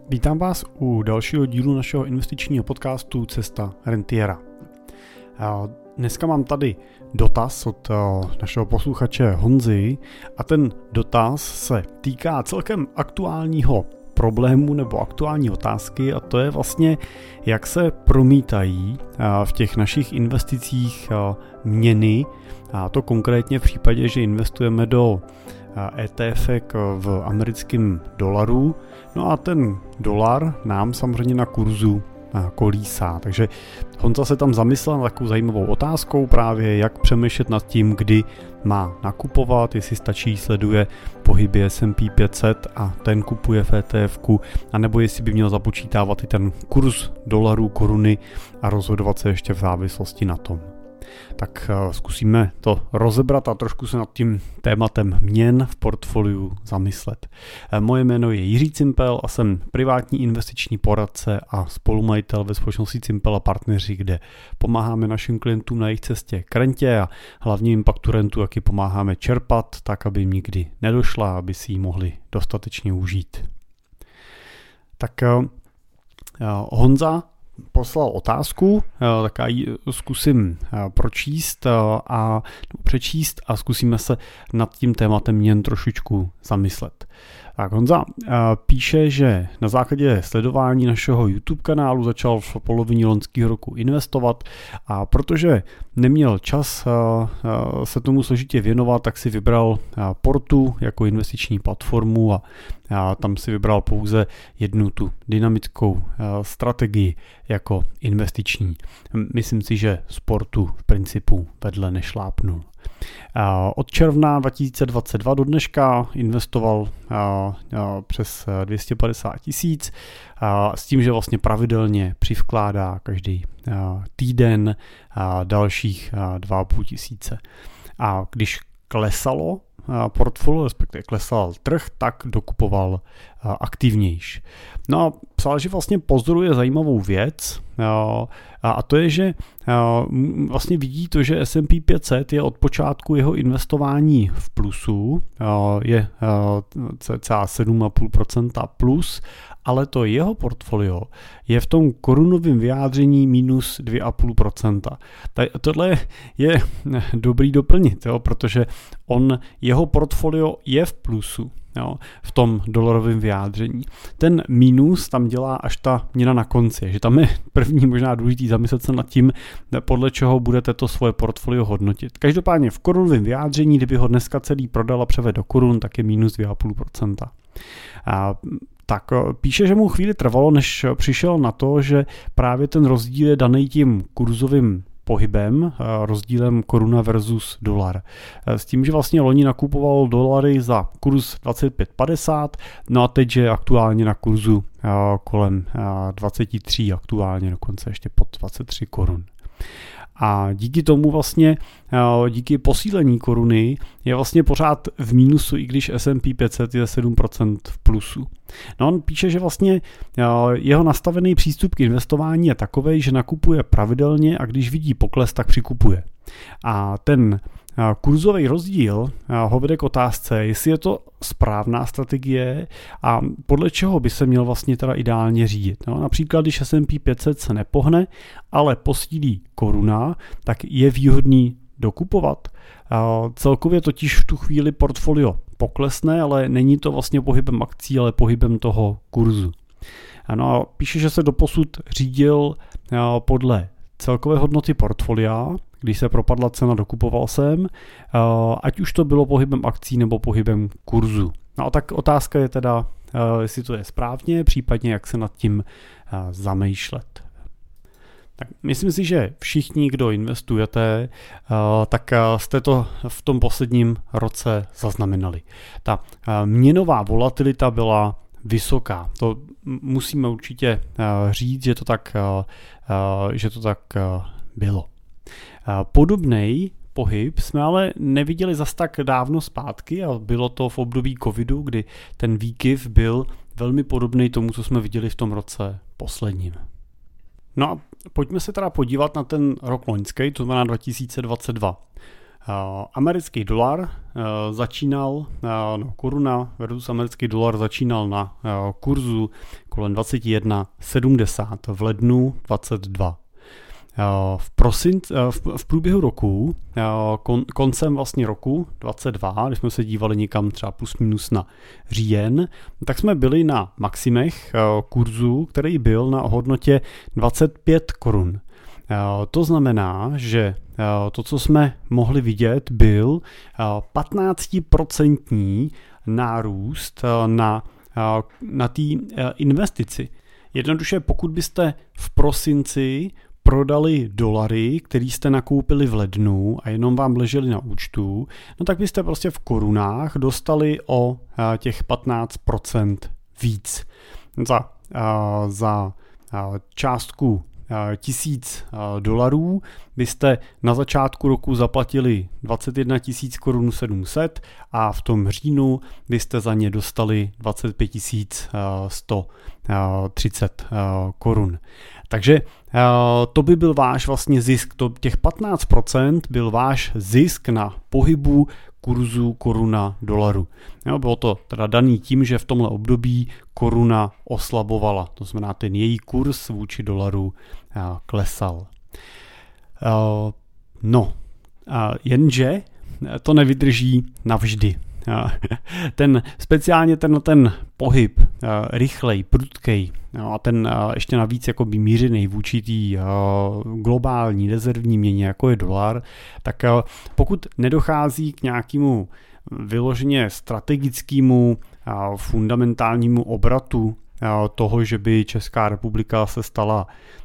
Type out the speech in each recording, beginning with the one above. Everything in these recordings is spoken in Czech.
Vítám vás u dalšího dílu našeho investičního podcastu Cesta rentiera. Dneska mám tady dotaz od našeho posluchače Honzy a ten dotaz se týká celkem aktuálního problému nebo aktuální otázky a to je vlastně, jak se promítají v těch našich investicích měny, a to konkrétně v případě, že investujeme do ETF v americkém dolaru, no a ten dolar nám samozřejmě na kurzu kolísá. Takže Honza se tam zamyslel na takovou zajímavou otázkou právě, jak přemýšlet nad tím, kdy má nakupovat, jestli stačí sleduje pohyby S&P 500 a ten kupuje v ETF-ku, anebo jestli by měl započítávat i ten kurz dolaru, koruny a rozhodovat se ještě v závislosti na tom. Tak zkusíme to rozebrat a trošku se nad tím tématem měn v portfoliu zamyslet. Moje jméno je Jiří Cimpel a jsem privátní investiční poradce a spolumajitel ve společnosti Cimpel a partneři, kde pomáháme našim klientům na jejich cestě k rentě a hlavně jim pak tu rentu taky pomáháme čerpat, tak aby jim nikdy nedošla, aby si ji mohli dostatečně užít. Tak Honza poslal otázku, tak já ji zkusím přečíst a zkusíme se nad tím tématem měn trošičku zamyslet. Tak Honza píše, že na základě sledování našeho YouTube kanálu začal v polovině loňského roku investovat a protože neměl čas se tomu složitě věnovat, tak si vybral Portu jako investiční platformu a tam si vybral pouze jednu tu dynamickou strategii jako investiční. Myslím si, že z Portu v principu vedle nešlápnul. Od června 2022 do dneška investoval přes 250 000 s tím, že vlastně pravidelně přivkládá každý týden dalších 2,5 tisíce. A když klesalo portfolio, respektive klesal trh, tak dokupoval aktivnější. No a psal, že vlastně pozoruje zajímavou věc a to je, že vlastně vidí to, že S&P 500 je od počátku jeho investování v plusu, je cca 7,5% plus, ale to jeho portfolio je v tom korunovém vyjádření minus 2,5%. Tohle je dobrý doplnit, protože jeho portfolio je v plusu, v tom dolarovém vyjádření. Ten mínus tam dělá až ta měna na konci, že tam je první možná důležitý zamyslet se nad tím, podle čeho budete to svoje portfolio hodnotit. Každopádně v korunovém vyjádření, kdyby ho dneska celý prodal a převed do korun, tak je minus 2,5%. Tak píše, že mu chvíli trvalo, než přišel na to, že právě ten rozdíl je daný tím kurzovým pohybem, rozdílem koruna versus dolar. S tím, že vlastně loni nakupoval dolary za kurz 25,50, no a teď je aktuálně na kurzu kolem 23, aktuálně dokonce ještě pod 23 korun. A díky tomu vlastně, díky posílení koruny je vlastně pořád v mínusu, i když S&P 500 je 7% v plusu. No on píše, že vlastně jeho nastavený přístup k investování je takovej, že nakupuje pravidelně a když vidí pokles, tak přikupuje. A ten kurzový rozdíl ho vede k otázce, jestli je to správná strategie a podle čeho by se měl vlastně teda ideálně řídit. No, například, když S&P 500 se nepohne, ale posílí koruna, tak je výhodný dokupovat. Celkově totiž v tu chvíli portfolio poklesne, ale není to vlastně pohybem akcí, ale pohybem toho kurzu. No a píše, že se doposud řídil podle celkové hodnoty portfolia. Když se propadla cena, dokupoval jsem, ať už to bylo pohybem akcí nebo pohybem kurzu. No a tak otázka je teda, jestli to je správně, případně jak se nad tím zamýšlet. Tak myslím si, že všichni, kdo investujete, tak jste to v tom posledním roce zaznamenali. Ta měnová volatilita byla vysoká. To musíme určitě říct, že to tak bylo. Podobnej pohyb jsme ale neviděli zas tak dávno zpátky a bylo to v období covidu, kdy ten výkyv byl velmi podobný tomu, co jsme viděli v tom roce posledním. No a pojďme se teda podívat na ten rok loňský, to znamená 2022. Americký dolar začínal, koruna versus americký dolar začínal na kurzu kolem 21,70 v lednu 22. V průběhu roku, koncem vlastně roku 22, když jsme se dívali někam třeba plus minus na říjen, tak jsme byli na maximech kurzu, který byl na hodnotě 25 korun. To znamená, že to, co jsme mohli vidět, byl 15% nárůst na té investici. Jednoduše, pokud byste v prosinci prodali dolary, které jste nakoupili v lednu a jenom vám leželi na účtu, no tak byste prostě v korunách dostali o těch 15% víc. Za částku $1000 byste na začátku roku zaplatili 21 700 a v tom říjnu byste za ně dostali 25 130 korun. Takže to by byl váš vlastně zisk, těch 15% byl váš zisk na pohybu kurzu koruna dolaru. Bylo to teda daný tím, že v tomhle období koruna oslabovala, to znamená ten její kurz vůči dolaru klesal. Jenže to nevydrží navždy. Speciálně ten pohyb rychlej, prudkej a ten ještě navíc jakoby mířený vůči té globální rezervní měně, jako je dolar, tak pokud nedochází k nějakému vyloženě strategickému fundamentálnímu obratu toho, že by Česká republika se stala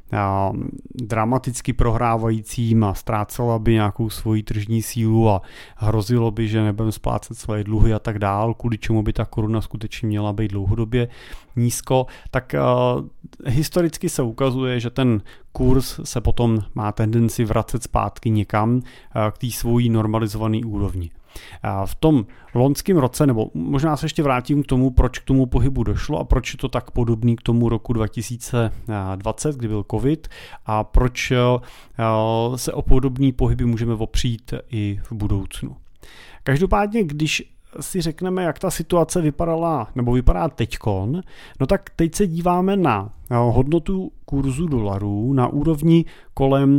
dramaticky prohrávajícím a ztrácela by nějakou svoji tržní sílu a hrozilo by, že nebudeme splácet své dluhy a tak dál, kvůli čemu by ta koruna skutečně měla být dlouhodobě nízko, tak historicky se ukazuje, že ten kurz se potom má tendenci vracet zpátky někam k té svojí normalizované úrovni. V tom loňském roce, nebo možná se ještě vrátím k tomu, proč k tomu pohybu došlo a proč je to tak podobný k tomu roku 2020, kdy byl covid a proč se o podobný pohyby můžeme opřít i v budoucnu. Každopádně, když si řekneme, jak ta situace vypadala, nebo vypadá teďkon, no tak teď se díváme na hodnotu kurzu dolarů na úrovni kolem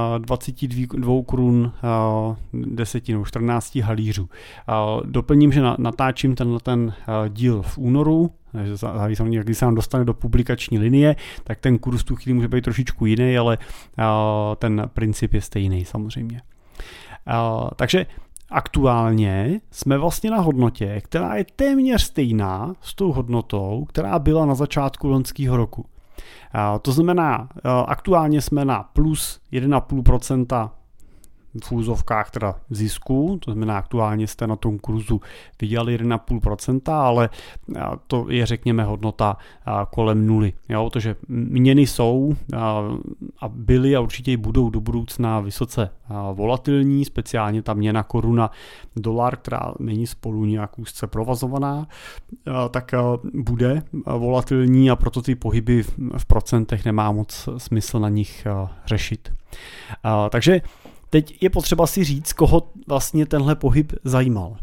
22 korun 10 nebo 14 halířů. Doplním, že natáčím ten díl v únoru, samozřejmě, když se nám dostane do publikační linie, tak ten kurz tu chvíli může být trošičku jiný, ale ten princip je stejný samozřejmě. Takže aktuálně jsme vlastně na hodnotě, která je téměř stejná s tou hodnotou, která byla na začátku loňského roku. To znamená, aktuálně jsme na plus 1,5% v úzovkách teda zisku, to znamená aktuálně jste na tom kurzu vydělali 1,5%, ale to je řekněme hodnota kolem nuly. Protože měny jsou a byly a určitě budou do budoucna vysoce volatilní, speciálně ta měna koruna dolar, která není spolu nějak úzce provazovaná, tak bude volatilní a proto ty pohyby v procentech nemá moc smysl na nich řešit. Takže teď je potřeba si říct, koho vlastně tenhle pohyb zajímal.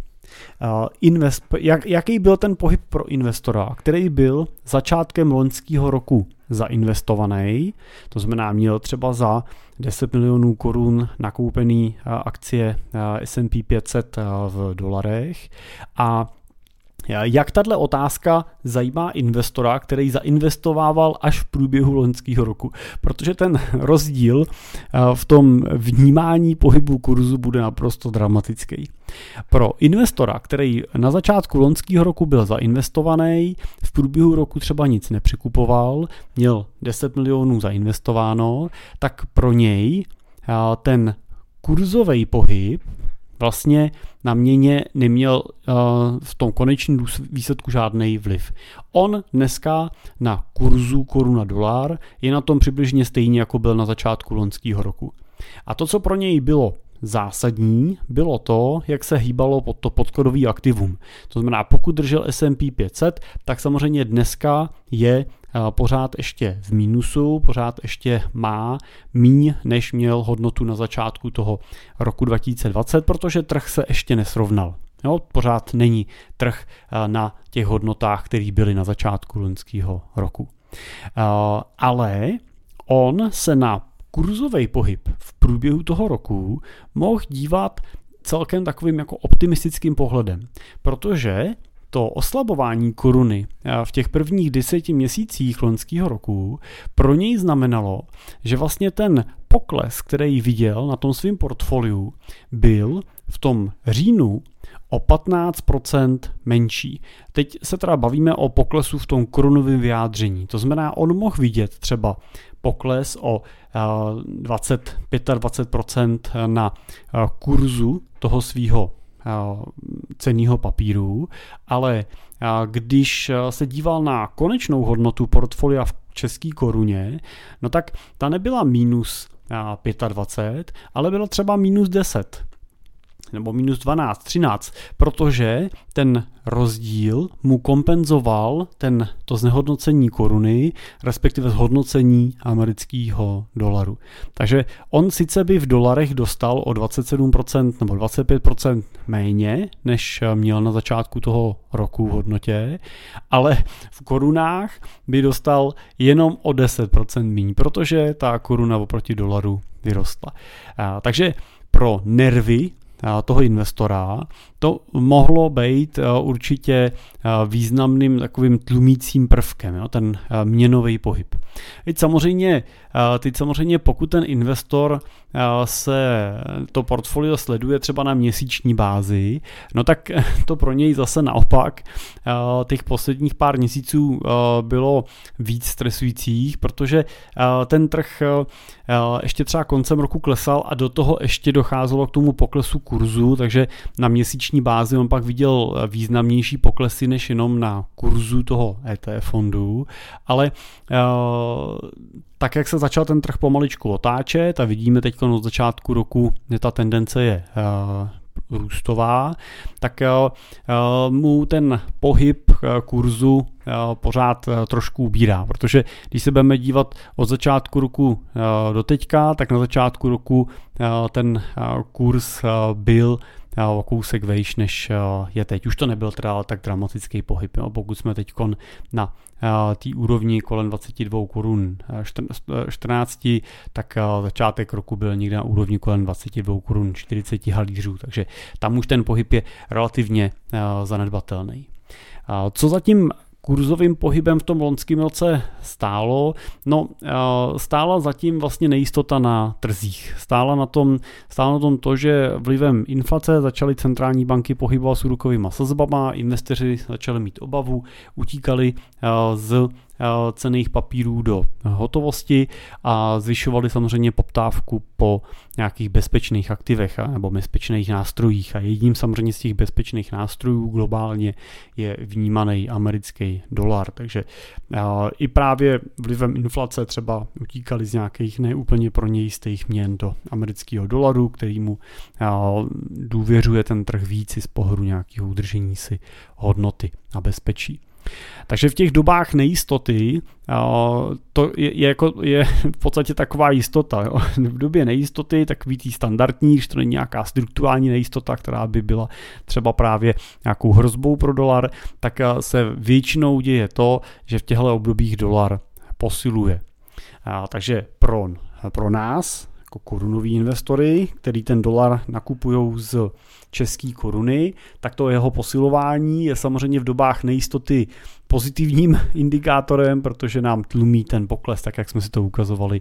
Jaký byl ten pohyb pro investora, který byl začátkem loňského roku zainvestovaný, to znamená měl třeba za 10 milionů korun nakoupený akcie S&P 500 v dolarech a jak tato otázka zajímá investora, který zainvestovával až v průběhu loňského roku? Protože ten rozdíl v tom vnímání pohybu kurzu bude naprosto dramatický. Pro investora, který na začátku loňského roku byl zainvestovaný, v průběhu roku třeba nic nepřikupoval, měl 10 milionů zainvestováno, tak pro něj ten kurzový pohyb vlastně na měně neměl v tom konečném výsledku žádný vliv. On dneska na kurzu koruna dolar je na tom přibližně stejně, jako byl na začátku loňského roku. A to, co pro něj bylo zásadní, bylo to, jak se hýbalo pod to podkladový aktivum. To znamená, pokud držel S&P 500, tak samozřejmě dneska je pořád ještě v mínusu, pořád ještě má míň, než měl hodnotu na začátku toho roku 2020, protože trh se ještě nesrovnal. Jo, pořád není trh na těch hodnotách, které byly na začátku loňského roku. Ale on se na kurzový pohyb v průběhu toho roku mohl dívat celkem takovým jako optimistickým pohledem, protože to oslabování koruny v těch prvních 10 měsících loňského roku pro něj znamenalo, že vlastně ten pokles, který viděl na tom svém portfoliu, byl v tom říjnu o 15% menší. Teď se teda bavíme o poklesu v tom korunovém vyjádření. To znamená, on mohl vidět třeba pokles o 25% na kurzu toho svého cenného papíru, ale když se díval na konečnou hodnotu portfolia v české koruně, no tak ta nebyla minus 25, ale byla třeba minus 10 nebo minus 12, 13, protože ten rozdíl mu kompenzoval to znehodnocení koruny, respektive zhodnocení amerického dolaru. Takže on sice by v dolarech dostal o 27% nebo 25% méně, než měl na začátku toho roku v hodnotě, ale v korunách by dostal jenom o 10% méně, protože ta koruna oproti dolaru vyrostla. Takže pro nervy toho investora, to mohlo být určitě významným takovým tlumícím prvkem, jo, ten měnový pohyb. Teď samozřejmě pokud ten investor se to portfolio sleduje třeba na měsíční bázi, no tak to pro něj zase naopak těch posledních pár měsíců bylo víc stresujících, protože ten trh ještě třeba koncem roku klesal a do toho ještě docházelo k tomu poklesu kurzu, takže na měsíční bázi on pak viděl významnější poklesy než jenom na kurzu toho ETF fondu, ale tak jak se začal ten trh pomaličku otáčet a vidíme teď od začátku roku, že ta tendence je růstová, tak mu ten pohyb kurzu pořád trošku ubírá, protože když se budeme dívat od začátku roku do teďka, tak na začátku roku ten kurz byl o kousek vejš, než je teď. Už to nebyl teda tak dramatický pohyb. Jo. Pokud jsme teď na té úrovni kolem 22 korun 14, tak začátek roku byl někde na úrovni kolem 22 korun 40 halířů, takže tam už ten pohyb je relativně zanedbatelný. Co zatím kurzovým pohybem v tom loňském roce stálo? No, stála zatím vlastně nejistota na trzích. Stálo na tom to, že vlivem inflace začaly centrální banky pohybovat s úrokovými sazbama, investoři začali mít obavu, utíkali z cenných papírů do hotovosti a zvyšovali samozřejmě poptávku po nějakých bezpečných aktivech nebo bezpečných nástrojích. A jedním samozřejmě z těch bezpečných nástrojů globálně je vnímaný americký dolar. Takže i právě vlivem inflace třeba utíkali z nějakých neúplně pro ně jistých měn do amerického dolaru, kterýmu důvěřuje ten trh víc z pohledu nějakého udržení si hodnoty a bezpečí. Takže v těch dobách nejistoty to je v podstatě taková jistota. Jo. V době nejistoty, takový tý standardní, když to není nějaká strukturální nejistota, která by byla třeba právě nějakou hrozbou pro dolar, tak se většinou děje to, že v těchto obdobích dolar posiluje. Takže pro nás, jako korunoví investory, který ten dolar nakupují z české koruny, tak to jeho posilování je samozřejmě v dobách nejistoty pozitivním indikátorem, protože nám tlumí ten pokles, tak jak jsme si to ukazovali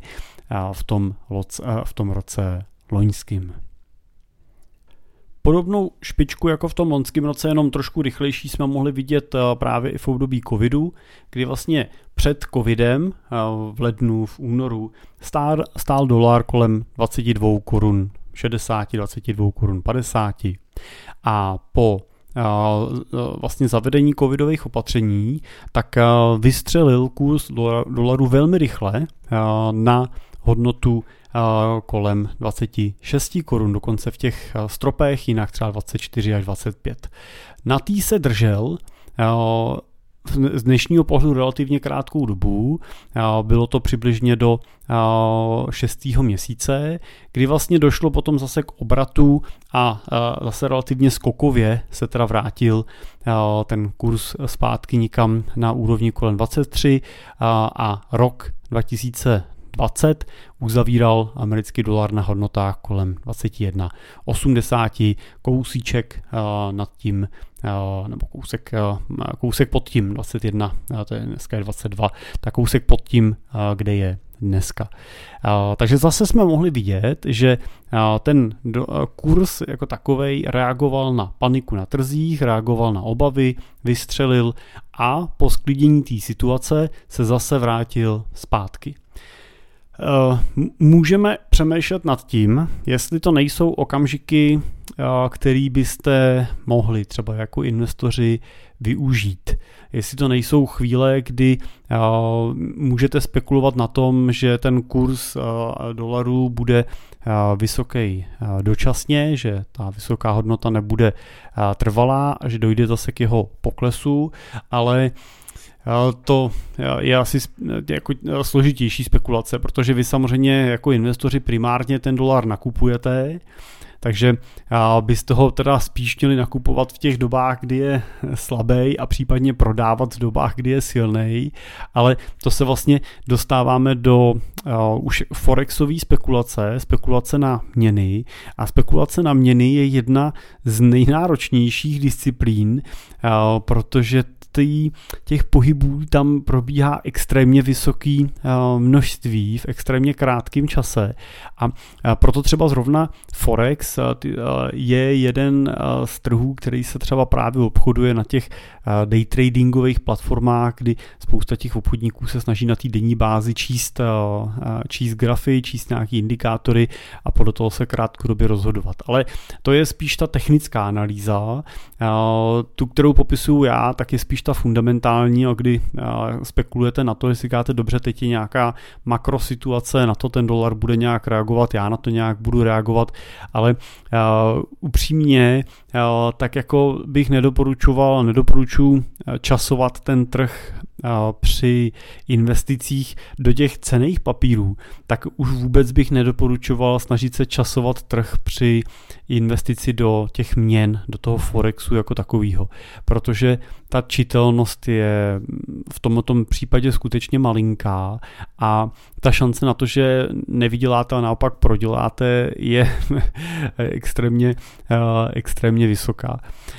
v tom roce loňským. Podobnou špičku jako v tom loňském roce, jenom trošku rychlejší, jsme mohli vidět právě i v období covidu, kdy vlastně před covidem v lednu, v únoru stál dolar kolem 22 korun 60, 22 korun 50 a po vlastně zavedení covidových opatření, tak vystřelil kurz dolaru velmi rychle na hodnotu kolem 26 korun, dokonce v těch stropech, jinak třeba 24 až 25. Na tý se držel z dnešního pohledu relativně krátkou dobu, bylo to přibližně do 6. měsíce, kdy vlastně došlo potom zase k obratu a zase relativně skokově se teda vrátil ten kurz zpátky nikam na úrovni kolem 23 a rok 2020 uzavíral americký dolar na hodnotách kolem 21,80, kousíček nad tím, nebo kousek pod tím 21, to je dneska je 22, tak kousek pod tím, kde je dneska. Takže zase jsme mohli vidět, že ten kurz jako takovej reagoval na paniku na trzích, reagoval na obavy, vystřelil a po sklidění té situace se zase vrátil zpátky. Můžeme přemýšlet nad tím, jestli to nejsou okamžiky, který byste mohli třeba jako investoři využít. Jestli to nejsou chvíle, kdy můžete spekulovat na tom, že ten kurz dolaru bude vysoký dočasně, že ta vysoká hodnota nebude trvalá a že dojde zase k jeho poklesu, ale to je asi jako složitější spekulace, protože vy samozřejmě jako investoři primárně ten dolar nakupujete, takže byste ho teda spíš měli nakupovat v těch dobách, kdy je slabý a případně prodávat v dobách, kdy je silný, ale to se vlastně dostáváme do už forexové spekulace na měny a spekulace na měny je jedna z nejnáročnějších disciplín, protože těch pohybů tam probíhá extrémně vysoký množství v extrémně krátkém čase a proto třeba zrovna Forex je jeden z trhů, který se třeba právě obchoduje na těch day tradingových platformách, kdy spousta těch obchodníků se snaží na té denní bázi číst grafy, číst nějaké indikátory a podle toho se krátkodobě rozhodovat. Ale to je spíš ta technická analýza, tu, kterou popisuju já, tak je spíš ta fundamentální, kdy spekulujete na to, jestli říkáte dobře, teď je nějaká makrosituace, na to ten dolar bude nějak reagovat, já na to nějak budu reagovat, ale upřímně tak jako bych nedoporučuji časovat ten trh při investicích do těch cenných papírů, tak už vůbec bych nedoporučoval snažit se časovat trh při investici do těch měn, do toho Forexu jako takového, protože ta čitelnost je v tomto případě skutečně malinká a ta šance na to, že nevyděláte a naopak proděláte, je extrémně vysoká.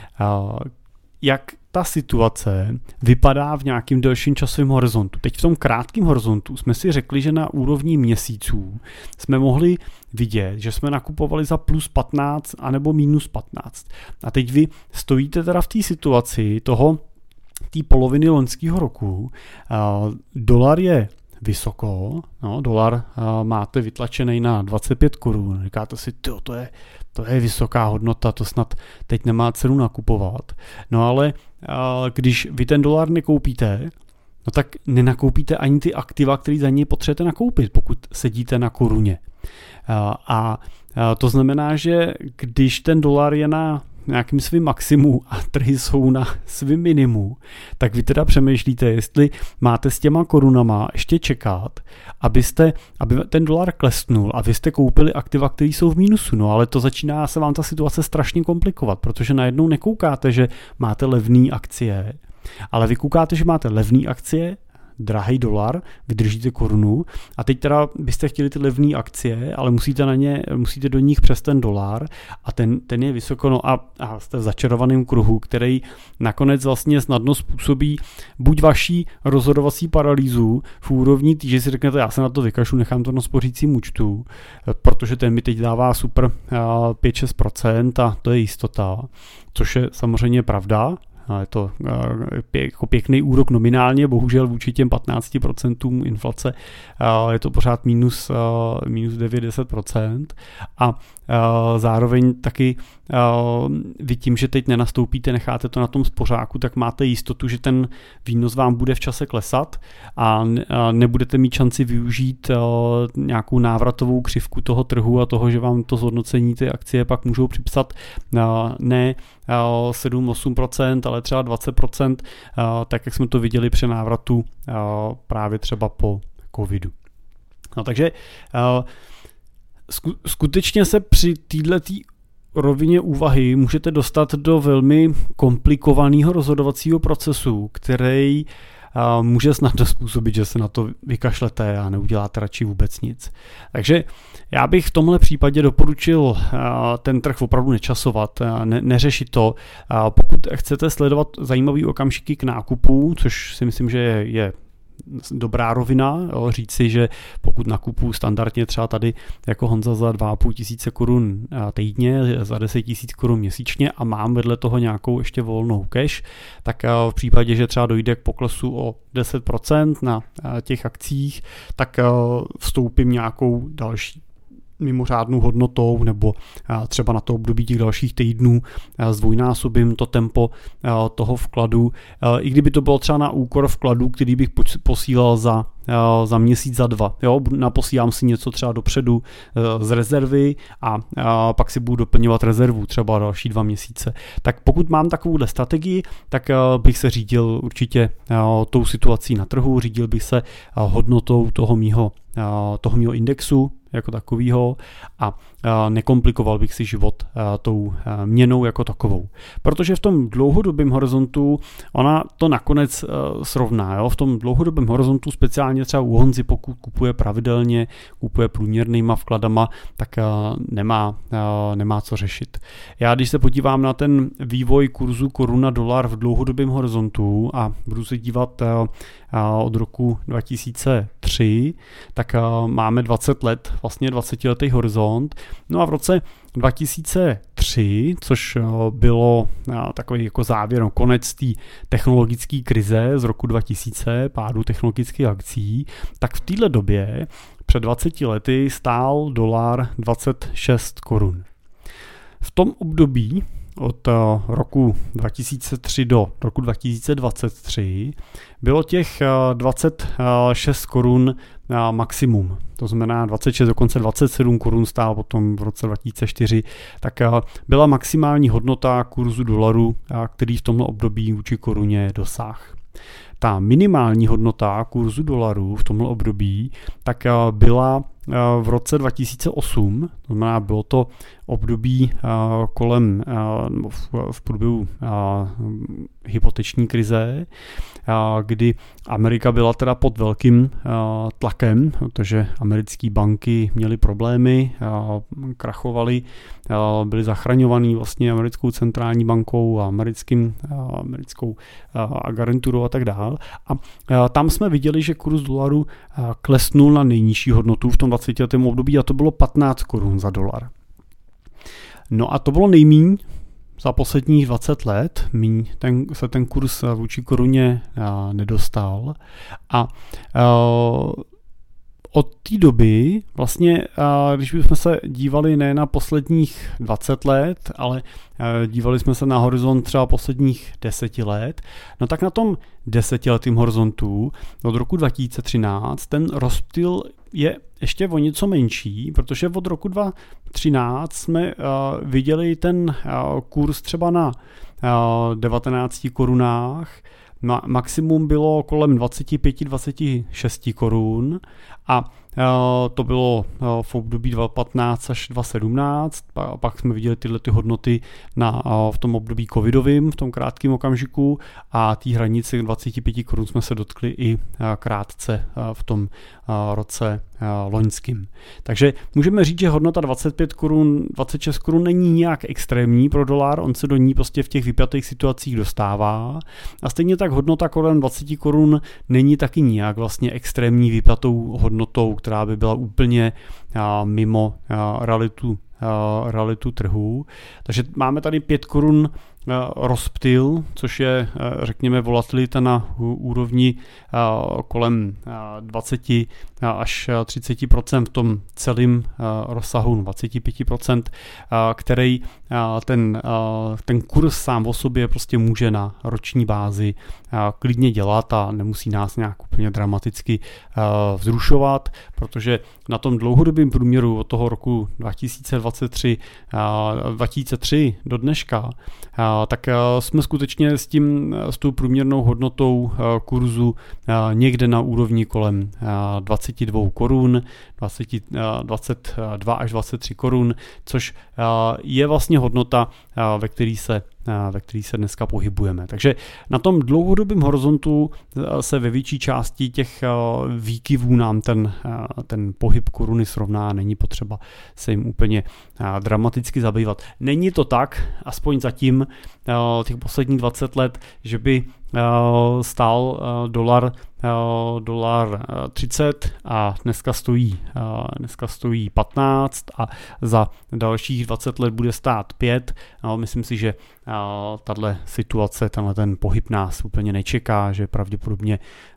Jak ta situace vypadá v nějakým delším časovém horizontu? Teď v tom krátkém horizontu jsme si řekli, že na úrovni měsíců jsme mohli vidět, že jsme nakupovali za plus 15 anebo minus 15. A teď vy stojíte teda v té situaci té poloviny loňského roku. Dolar je vysoko, dolar máte vytlačený na 25 korun. Říkáte si, to je vysoká hodnota, to snad teď nemá cenu nakupovat. No ale když vy ten dolar nekoupíte, no tak nenakoupíte ani ty aktiva, které za něj potřebujete nakoupit, pokud sedíte na koruně. A to znamená, že když ten dolar je na nějakým svým maximu a trhy jsou na svým minimu, tak vy teda přemýšlíte, jestli máte s těma korunama ještě čekat, aby ten dolar klesnul a vy jste koupili aktiva, které jsou v mínusu. No ale to začíná se vám ta situace strašně komplikovat, protože najednou nekoukáte, že máte levné akcie, ale vy koukáte, že máte levné akcie, drahý dolar, vydržíte korunu a teď teda byste chtěli ty levné akcie, ale musíte do nich přes ten dolar a ten je vysoko, no a jste v začarovaném kruhu, který nakonec vlastně snadno způsobí buď vaší rozhodovací paralýzu v úrovni, že si řeknete, já se na to vykašlu, nechám to na spořícím účtu, protože ten mi teď dává super 5-6% a to je jistota, což je samozřejmě pravda. Je to jako pěkný úrok nominálně, bohužel vůči těm 15% inflace je to pořád minus 9-10% a zároveň taky vy tím, že teď nenastoupíte, necháte to na tom spořáku, tak máte jistotu, že ten výnos vám bude v čase klesat a nebudete mít šanci využít nějakou návratovou křivku toho trhu a toho, že vám to zhodnocení ty akcie pak můžou připsat ne 7-8%, ale třeba 20%, tak jak jsme to viděli při návratu právě třeba po covidu. No takže skutečně se při této rovině úvahy můžete dostat do velmi komplikovaného rozhodovacího procesu, který může snad způsobit, že se na to vykašlete a neuděláte radši vůbec nic. Takže já bych v tomhle případě doporučil ten trh opravdu nečasovat, neřešit to. Pokud chcete sledovat zajímavý okamžiky k nákupu, což si myslím, že je dobrá rovina, říct si, že pokud nakupuju standardně třeba tady jako Honza za 2,5 tisíce korun týdně, za 10 tisíc korun měsíčně a mám vedle toho nějakou ještě volnou cash, tak v případě, že třeba dojde k poklesu o 10% na těch akcích, tak vstoupím nějakou další mimořádnou hodnotou nebo třeba na to období těch dalších týdnů zdvojnásobím to tempo toho vkladu, i kdyby to bylo třeba na úkor vkladu, který bych posílal za měsíc, za 2. Jo? Naposílám si něco třeba dopředu z rezervy a pak si budu doplňovat rezervu třeba další 2 měsíce. Tak pokud mám takovouhle strategii, tak bych se řídil určitě tou situací na trhu, řídil bych se hodnotou toho mýho indexu jako takovýho a nekomplikoval bych si život tou měnou jako takovou. Protože v tom dlouhodobém horizontu ona to nakonec srovná. Jo? V tom dlouhodobém horizontu speciálně třeba u Honzy, pokud kupuje pravidelně, kupuje průměrnýma vkladama, tak nemá co řešit. Já když se podívám na ten vývoj kurzu koruna-dolar v dlouhodobém horizontu a budu se dívat od roku 2003, tak máme 20 let, vlastně 20letý horizont. No a v roce 2003, což bylo takový jako závěr, konec té technologické krize z roku 2000, pádu technologických akcí, tak v této době před 20 lety stál dolar 26 korun. V tom období od roku 2003 do roku 2023 bylo těch 26 korun maximum. To znamená 26, dokonce 27 korun stál potom v roce 2004, tak byla maximální hodnota kurzu dolaru, který v tomto období vůči koruně dosáhl. Ta minimální hodnota kurzu dolaru v tomto období tak byla v roce 2008, to znamená, bylo to období kolem v průběhu hypoteční krize, kdy Amerika byla teda pod velkým tlakem, protože americké banky měly problémy, krachovaly, byly zachraňovaný vlastně americkou centrální bankou a americkou agenturou a tak dál. A tam jsme viděli, že kurz dolaru klesnul na nejnižší hodnotu v tom 20letém období a to bylo 15 korun za dolar. No a to bylo nejmíň za posledních 20 let, se ten kurz vůči koruně nedostal a od té doby vlastně, když bychom se dívali ne na posledních 20 let, ale dívali jsme se na horizont třeba posledních 10 let, no tak na tom 10letém horizontu od roku 2013 ten rozptyl je ještě o něco menší, protože od roku 2013 jsme viděli ten kurz třeba na 19 korunách, maximum bylo kolem 25-26 korun a to bylo v období 2015 až 2017, pak jsme viděli tyhle ty hodnoty v tom období covidovým, v tom krátkém okamžiku a té hranice 25 korun jsme se dotkli i krátce v tom roce loňským. Takže můžeme říct, že hodnota 25 korun, 26 korun není nějak extrémní pro dolar, on se do ní prostě v těch vypjatých situacích dostává a stejně tak hodnota kolem 20 korun není taky nijak vlastně extrémní vypjatou hodnotou, která by byla úplně mimo realitu trhu. Takže máme tady 5 korun rozptyl, což je, řekněme, volatilita na úrovni kolem 20 až 30% v tom celém rozsahu, 25%, který ten kurz sám o sobě prostě může na roční bázi klidně dělat a nemusí nás nějak úplně dramaticky vzrušovat, protože na tom dlouhodobém průměru od toho roku 2003 do dneška tak jsme skutečně s tou průměrnou hodnotou kurzu někde na úrovni kolem 22 korun, 22 až 23 korun, což je vlastně hodnota, ve který se dneska pohybujeme. Takže na tom dlouhodobém horizontu se ve větší části těch výkyvů nám ten pohyb koruny srovná, není potřeba se jim úplně dramaticky zabývat. Není to tak, aspoň zatím těch posledních 20 let, že by stál dolar 30 a dneska stojí 15 a za dalších 20 let bude stát 5. Myslím si, že tahle situace, ten pohyb nás úplně nečeká, že pravděpodobně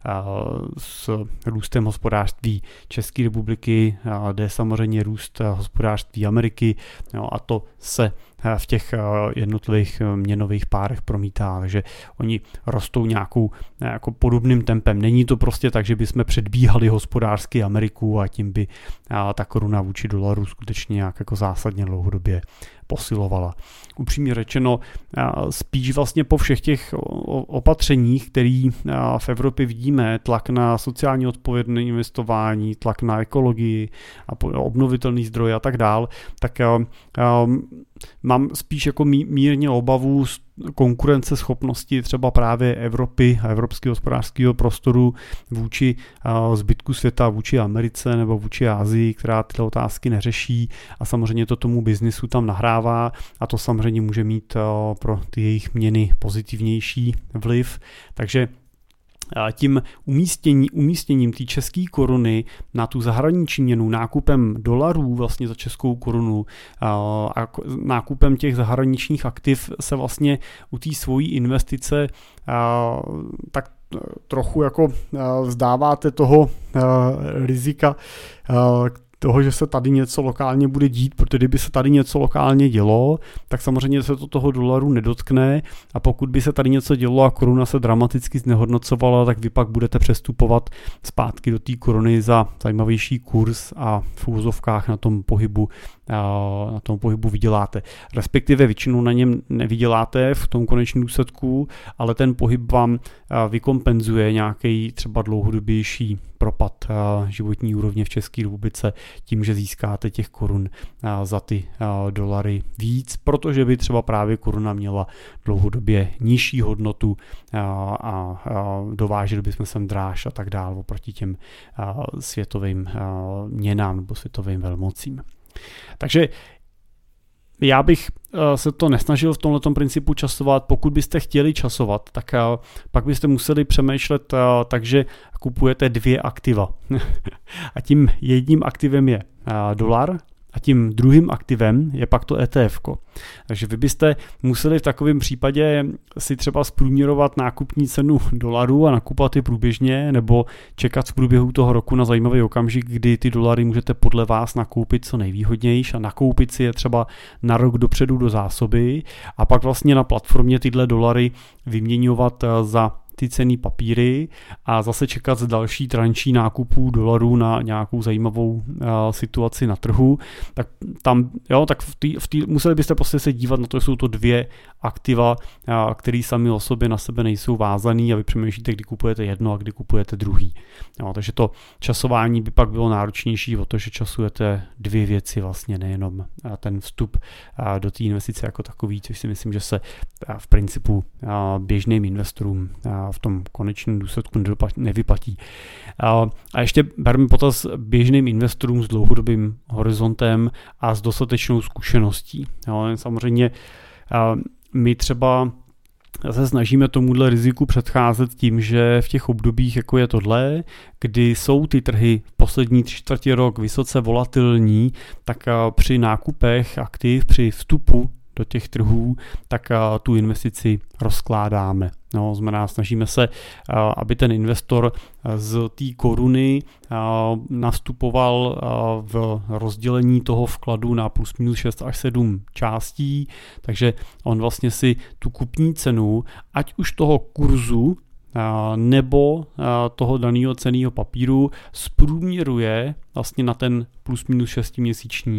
s růstem hospodářství České republiky jde samozřejmě růst hospodářství Ameriky, a to se v těch jednotlivých měnových párech promítá, takže oni rostou nějakou jako podobným tempem. Není to prostě tak, že bychom předbíhali hospodářsky Ameriku a tím by ta koruna vůči dolaru skutečně nějak jako zásadně dlouhodobě posilovala. Upřímně řečeno, spíš vlastně po všech těch opatřeních, který v Evropě vidíme, tlak na sociálně odpovědné investování, tlak na ekologii a obnovitelný zdroje a tak dál, tak mám spíš jako mírně obavu z konkurenceschopnosti třeba právě Evropy a evropského hospodářského prostoru vůči zbytku světa, vůči Americe nebo vůči Asii, která tyhle otázky neřeší a samozřejmě to tomu biznisu tam nahrává a to samozřejmě může mít pro ty jejich měny pozitivnější vliv. Takže tím umístěním té české koruny na tu zahraniční měnu, nákupem dolarů vlastně za českou korunu a nákupem těch zahraničních aktiv se vlastně u té svojí investice tak trochu jako vzdáváte toho rizika, toho, že se tady něco lokálně bude dít, protože kdyby se tady něco lokálně dělo, tak samozřejmě se to toho dolaru nedotkne a pokud by se tady něco dělo a koruna se dramaticky znehodnocovala, tak vy pak budete přestupovat zpátky do té koruny za zajímavější kurz a v úvozovkách na tom pohybu vyděláte. Respektive většinou na něm nevyděláte v tom konečném důsledku, ale ten pohyb vám vykompenzuje nějaký třeba dlouhodobější propad životní úrovně v České republice tím, že získáte těch korun za ty dolary víc, protože by třeba právě koruna měla dlouhodobě nižší hodnotu a dováželi bychom sem dráž a tak dále oproti těm světovým měnám nebo světovým velmocím. Takže já bych se to nesnažil v tomhletom principu časovat. Pokud byste chtěli časovat, tak pak byste museli přemýšlet takže kupujete 2 aktiva. A tím jedním aktivem je dolar a tím druhým aktivem je pak to ETF-ko. Takže vy byste museli v takovém případě si třeba zprůměrovat nákupní cenu dolarů a nakupovat je průběžně, nebo čekat v průběhu toho roku na zajímavý okamžik, kdy ty dolary můžete podle vás nakoupit co nejvýhodnější a nakoupit si je třeba na rok dopředu do zásoby a pak vlastně na platformě tyhle dolary vyměňovat za ty cenné papíry a zase čekat z další tranší nákupů dolarů na nějakou zajímavou situaci na trhu, tak tam, tak museli byste prostě se dívat na to, že jsou to 2 aktiva, které sami o sobě na sebe nejsou vázaný a vy přemýšlíte, kdy kupujete jedno a kdy kupujete druhý. Takže to časování by pak bylo náročnější o to, že časujete 2 věci vlastně, nejenom ten vstup do té investice jako takový, což si myslím, že se v principu běžným investorům v tom konečném důsledku nevyplatí. A ještě berme potaz běžným investorům s dlouhodobým horizontem a s dostatečnou zkušeností. Samozřejmě my třeba se snažíme tomuhle riziku předcházet tím, že v těch obdobích, jako je tohle, kdy jsou ty trhy v poslední 3/4 rok vysoce volatilní, tak při nákupech aktiv, při vstupu do těch trhů, tak tu investici rozkládáme. Znamená, snažíme se, aby ten investor z té koruny nastupoval v rozdělení toho vkladu na plus minus 6 až 7 částí, takže on vlastně si tu kupní cenu, ať už toho kurzu nebo toho daného cenného papíru zprůměruje vlastně na ten plus minus 6měsíční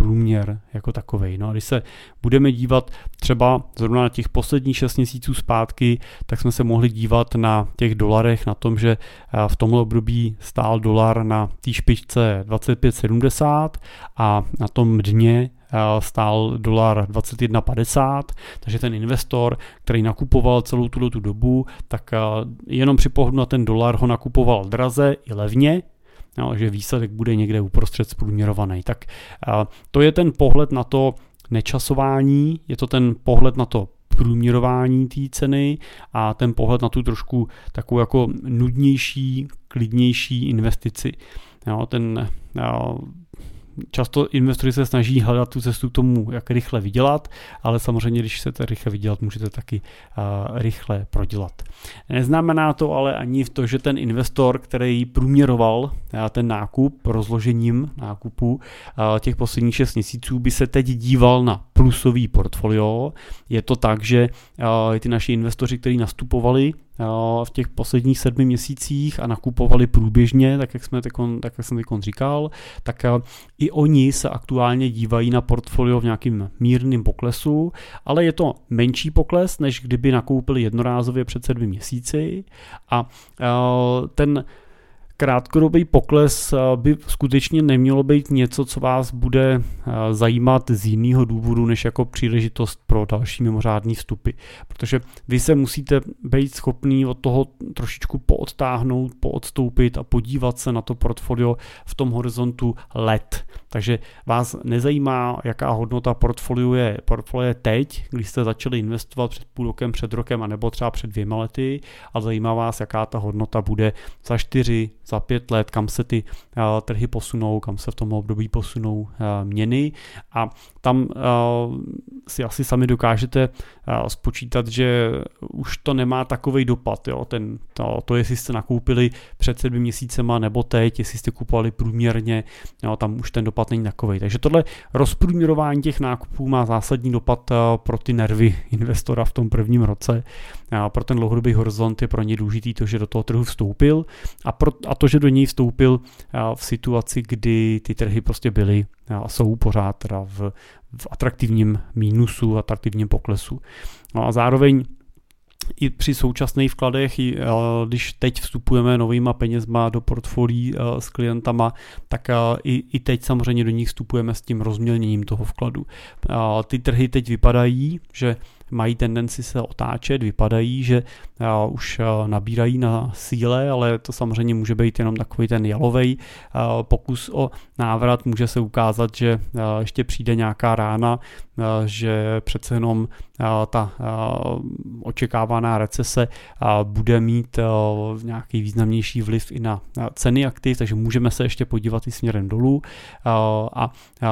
průměr jako takovej. No a když se budeme dívat třeba zrovna na těch posledních 6 měsíců zpátky, tak jsme se mohli dívat na těch dolarech, na tom, že v tomhle období stál dolar na té špičce 25,70 a na tom dně stál dolar 21,50, takže ten investor, který nakupoval celou tu dobu, tak jenom při pohledu na ten dolar ho nakupoval draze i levně, že výsledek bude někde uprostřed zprůměrovaný. Tak to je ten pohled na to nečasování, je to ten pohled na to průměrování té ceny a ten pohled na tu trošku takovou jako nudnější, klidnější investici. Často investoři se snaží hledat tu cestu k tomu, jak rychle vydělat, ale samozřejmě, když chcete rychle vydělat, můžete taky rychle prodělat. Neznamená to ale ani v to, že ten investor, který průměroval ten nákup rozložením nákupu těch posledních 6 měsíců, by se teď díval na plusový portfolio. Je to tak, že ty naši investoři, kteří nastupovali v těch posledních 7 měsících a nakupovali průběžně, tak jak jsem teď říkal, tak i oni se aktuálně dívají na portfolio v nějakým mírným poklesu, ale je to menší pokles, než kdyby nakoupili jednorázově před 7 měsíci a ten krátkodobý pokles by skutečně nemělo být něco, co vás bude zajímat z jiného důvodu, než jako příležitost pro další mimořádný vstupy. Protože vy se musíte být schopný od toho trošičku poodtáhnout, poodstoupit a podívat se na to portfolio v tom horizontu let. Takže vás nezajímá, jaká hodnota portfolio je teď, když jste začali investovat před půl rokem, před rokem, anebo třeba před 2 lety, ale zajímá vás, jaká ta hodnota bude za 4, za 5 let, kam se ty trhy posunou, kam se v tom období posunou měny a tam si asi sami dokážete spočítat, že už to nemá takovej dopad. Jo? To, jestli jste nakoupili před 7 měsícema nebo teď, jestli jste kupovali průměrně, jo, tam už ten dopad není takovej. Takže tohle rozprůměrování těch nákupů má zásadní dopad pro ty nervy investora v tom prvním roce. Pro ten dlouhodobý horizont je pro ně důležitý to, že do toho trhu vstoupil a to, že do něj vstoupil v situaci, kdy ty trhy prostě byly a jsou pořád teda v atraktivním mínusu, atraktivním poklesu. No a zároveň i při současných vkladech, když teď vstupujeme novýma penězma do portfolií s klientama, tak i teď samozřejmě do nich vstupujeme s tím rozmělněním toho vkladu. Ty trhy teď vypadají, že mají tendenci se otáčet, vypadají, že už nabírají na síle, ale to samozřejmě může být jenom takový ten jalovej pokus o návrat. Může se ukázat, že ještě přijde nějaká rána, že přece jenom ta očekávaná recese bude mít nějaký významnější vliv i na ceny aktiv, takže můžeme se ještě podívat i směrem dolů a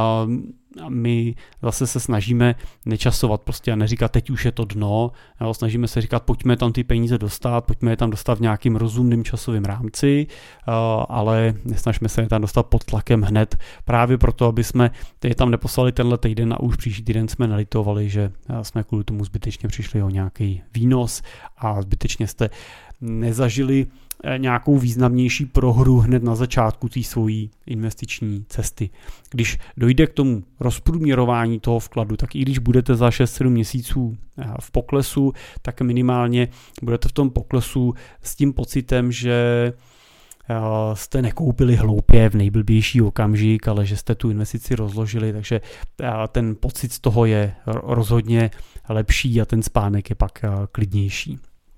my zase se snažíme nečasovat prostě a neříkat, teď už je to dno, snažíme se říkat, pojďme tam ty peníze dostat, pojďme je tam dostat v nějakým rozumným časovým rámci, ale nesnažíme se je tam dostat pod tlakem hned, právě proto, aby jsme je tam neposlali tenhle týden a už příští týden jsme nelitovali, že jsme kvůli tomu zbytečně přišli o nějaký výnos a zbytečně jste nezažili nějakou významnější prohru hned na začátku té svojí investiční cesty. Když dojde k tomu rozprůměrování toho vkladu, tak i když budete za 6-7 měsíců v poklesu, tak minimálně budete v tom poklesu s tím pocitem, že jste nekoupili hloupě v nejblbější okamžik, ale že jste tu investici rozložili, takže ten pocit z toho je rozhodně lepší a ten spánek je pak klidnější.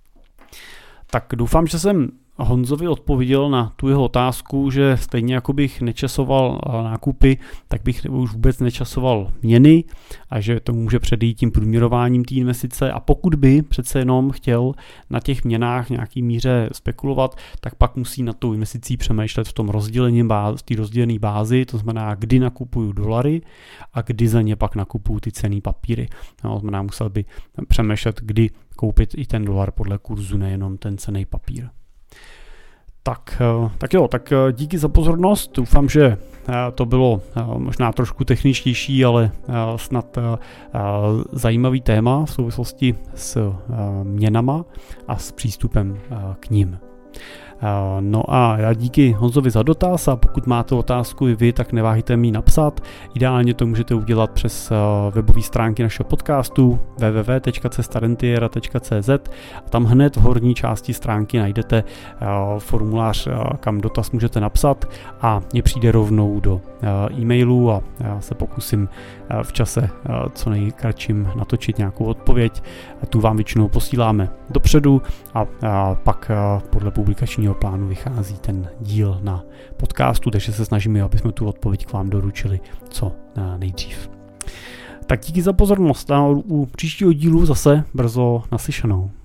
Tak doufám, že jsem Honzovi odpověděl na tu jeho otázku, že stejně jako bych nečasoval nákupy, tak bych už vůbec nečasoval měny a že to může předejít tím průměrováním té investice a pokud by přece jenom chtěl na těch měnách nějaký míře spekulovat, tak pak musí na tou investicí přemýšlet v tom rozdělení v té rozdělené bázi, to znamená, kdy nakupuju dolary a kdy za ně pak nakupuju ty cenné papíry. To znamená, musel by přemýšlet, kdy koupit i ten dolar podle kurzu, nejenom ten cenný papír. Tak díky za pozornost. Doufám, že to bylo možná trošku techničtější, ale snad zajímavý téma v souvislosti s měnama a s přístupem k nim. No a já díky Honzovi za dotaz a pokud máte otázku i vy, tak neváhejte mi napsat. Ideálně to můžete udělat přes webové stránky našeho podcastu www.cestarentiera.cz a tam hned v horní části stránky najdete formulář, kam dotaz můžete napsat a mě přijde rovnou do e-mailu a já se pokusím v čase co nejkratším natočit nějakou odpověď. Tu vám většinou posíláme dopředu a pak podle publikačního plánu vychází ten díl na podcastu, takže se snažíme, aby jsme tu odpověď k vám doručili co nejdřív. Tak díky za pozornost a u příštího dílu zase brzo naslyšenou.